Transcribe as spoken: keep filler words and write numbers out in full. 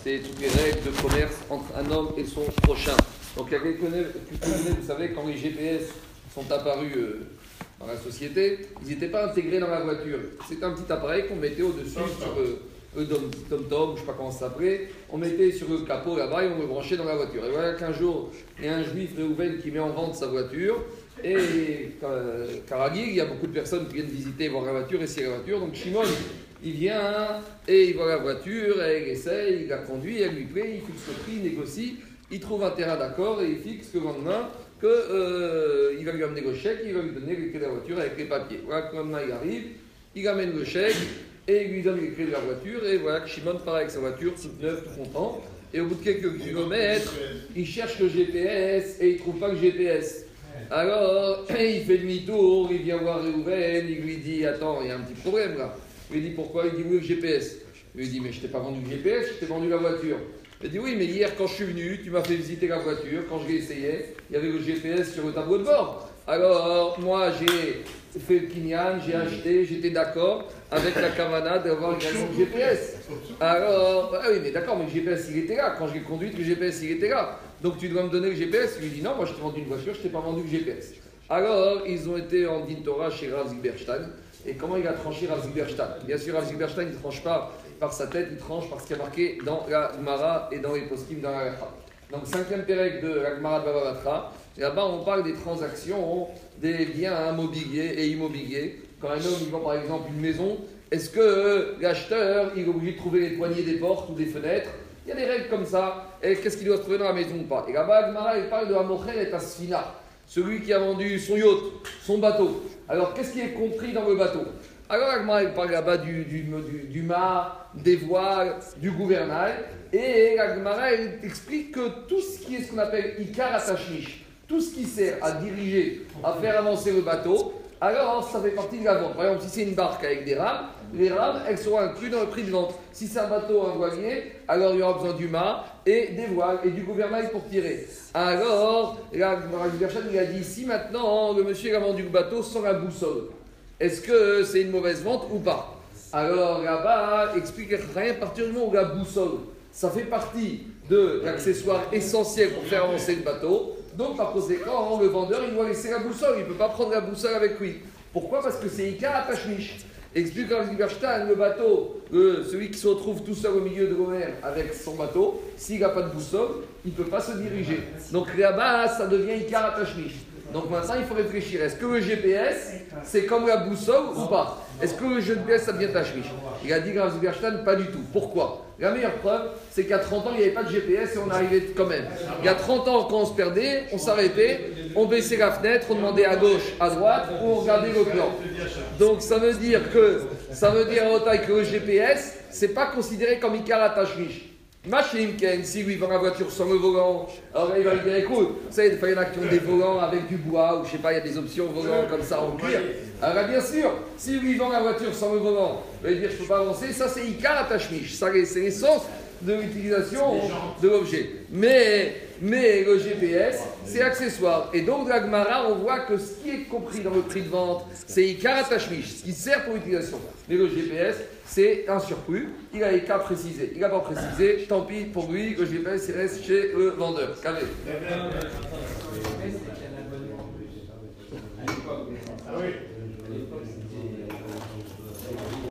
c'est toutes les règles de commerce entre un homme et son prochain. Donc il y a quelques années, vous savez, quand les G P S sont apparus euh, dans la société, ils n'étaient pas intégrés dans la voiture. C'était un petit appareil qu'on mettait au-dessus sur le euh, tom-tom, je ne sais pas comment ça s'appelait. On mettait sur le capot là-bas et on le branchait dans la voiture. Et voilà qu'un jour, il y a un juif Réhouven qui met en vente sa voiture. Et euh, Karagig, il y a beaucoup de personnes qui viennent visiter, voir la voiture, essayer la voiture. Donc Shimon, il vient et il voit la voiture, et il essaye, il la conduit, elle lui plaît, il fixe le prix, il négocie, il trouve un terrain d'accord et il fixe le lendemain qu'il euh, va lui amener le chèque, il va lui donner les clés de la voiture avec les papiers. Voilà que le lendemain il arrive, il amène le chèque et il lui donne les clés de la voiture et voilà que Shimon part avec sa voiture, toute neuve, tout content. Et au bout de quelques kilomètres, il cherche le G P S et il ne trouve pas le G P S. Alors, il fait demi-tour, il vient voir Réhouven, il lui dit « Attends, il y a un petit problème là ». Il lui dit « Pourquoi ?» Il dit « Oui, le G P S ». Il lui dit « Mais je t'ai pas vendu le G P S, je t'ai vendu la voiture ». Il dit « Oui, mais hier quand je suis venu, tu m'as fait visiter la voiture, quand je l'ai essayé, il y avait le G P S sur le tableau de bord. Alors, moi, j'ai fait le kinyan, j'ai acheté, j'étais d'accord avec la kavana d'avoir également le G P S. Alors, ah oui, mais d'accord, mais le G P S, il était là. Quand je l'ai conduite, le G P S, il était là. Donc, tu dois me donner le G P S. Il lui dit, non, moi, je t'ai vendu une voiture, je t'ai pas vendu le G P S. Alors, ils ont été en din Torah chez Rav Zilberstein. Et comment il a tranché Rav Zilberstein? Bien sûr, Rav Zilberstein, il ne tranche pas par sa tête, il tranche par ce qui est marqué dans la Gemara et dans les poskim dans la Lacha. Donc, cinquième pérec de la Gemara de Baba Batra. Là-bas, on parle des transactions, des biens immobiliers et immobiliers. Quand un homme il vend par exemple une maison, est-ce que euh, l'acheteur il est obligé de trouver les poignées des portes ou des fenêtres? Il y a des règles comme ça. Et qu'est-ce qu'il doit se trouver dans la maison ou pas? Et là-bas, Gemara, il parle de Amocher et Asfina, celui qui a vendu son yacht, son bateau. Alors, qu'est-ce qui est compris dans le bateau? Alors, Gemara, il parle là-bas du, du, du, du mât, des voiles, du gouvernail. Et la Gemara, elle explique que tout ce qui est ce qu'on appelle Ikar Atashmish, tout ce qui sert à diriger, à faire avancer le bateau, alors ça fait partie de la vente. Par exemple, si c'est une barque avec des rames, les rames, elles seront incluses dans le prix de vente. Si c'est un bateau, un voilier, alors il y aura besoin du mât et des voiles et du gouvernail pour tirer. Alors, la personne il a dit, si maintenant le monsieur a vendu le bateau sans la boussole, est-ce que c'est une mauvaise vente ou pas? Alors là-bas, explique rien à partir du moment où la boussole, ça fait partie de l'accessoire essentiel pour faire avancer le bateau. Donc, par conséquent, le vendeur, il doit laisser la boussole. Il ne peut pas prendre la boussole avec lui. Pourquoi? Parce que c'est Ika Atashmish. Explique Rav Zilberstein, le bateau, le, celui qui se retrouve tout seul au milieu de l'eau mer avec son bateau, s'il n'a pas de boussole, il ne peut pas se diriger. Donc là-bas, ça devient Ika Atashmish. Donc maintenant, il faut réfléchir. Est-ce que le G P S, c'est comme la boussole ou pas? Est-ce que le G P S, ça devient Tashmish? Il a dit Rav Zilberstein, pas du tout. Pourquoi? La meilleure preuve, c'est qu'il y a trente ans, il n'y avait pas de G P S et on arrivait quand même. Il y a trente ans, quand on se perdait, on s'arrêtait, on baissait la fenêtre, on demandait à gauche, à droite, ou on regardait le plan. Donc ça veut dire que, ça veut dire à taille que le G P S, c'est pas considéré comme Ikar Atashmish. Machinken, si lui vend la voiture sans le volant, alors là, il va lui dire écoute, vous savez, des fois il y en a qui ont des volants avec du bois, ou je sais pas, il y a des options volants comme ça en cuir. Alors là, bien sûr, si lui vend la voiture sans le volant, il va lui dire je peux pas avancer, ça c'est Ikar Atashmish, ça c'est l'essence de l'utilisation de l'objet. Mais, mais le G P S, c'est accessoire. Et donc, de la Gemara, on voit que ce qui est compris dans le prix de vente, c'est Ikar Atashmish, ce qui sert pour l'utilisation. Mais le G P S, c'est un surplus. Il a qu'à préciser. Il n'a pas précisé, tant pis pour lui, le G P S, il reste chez le vendeur. Calmez.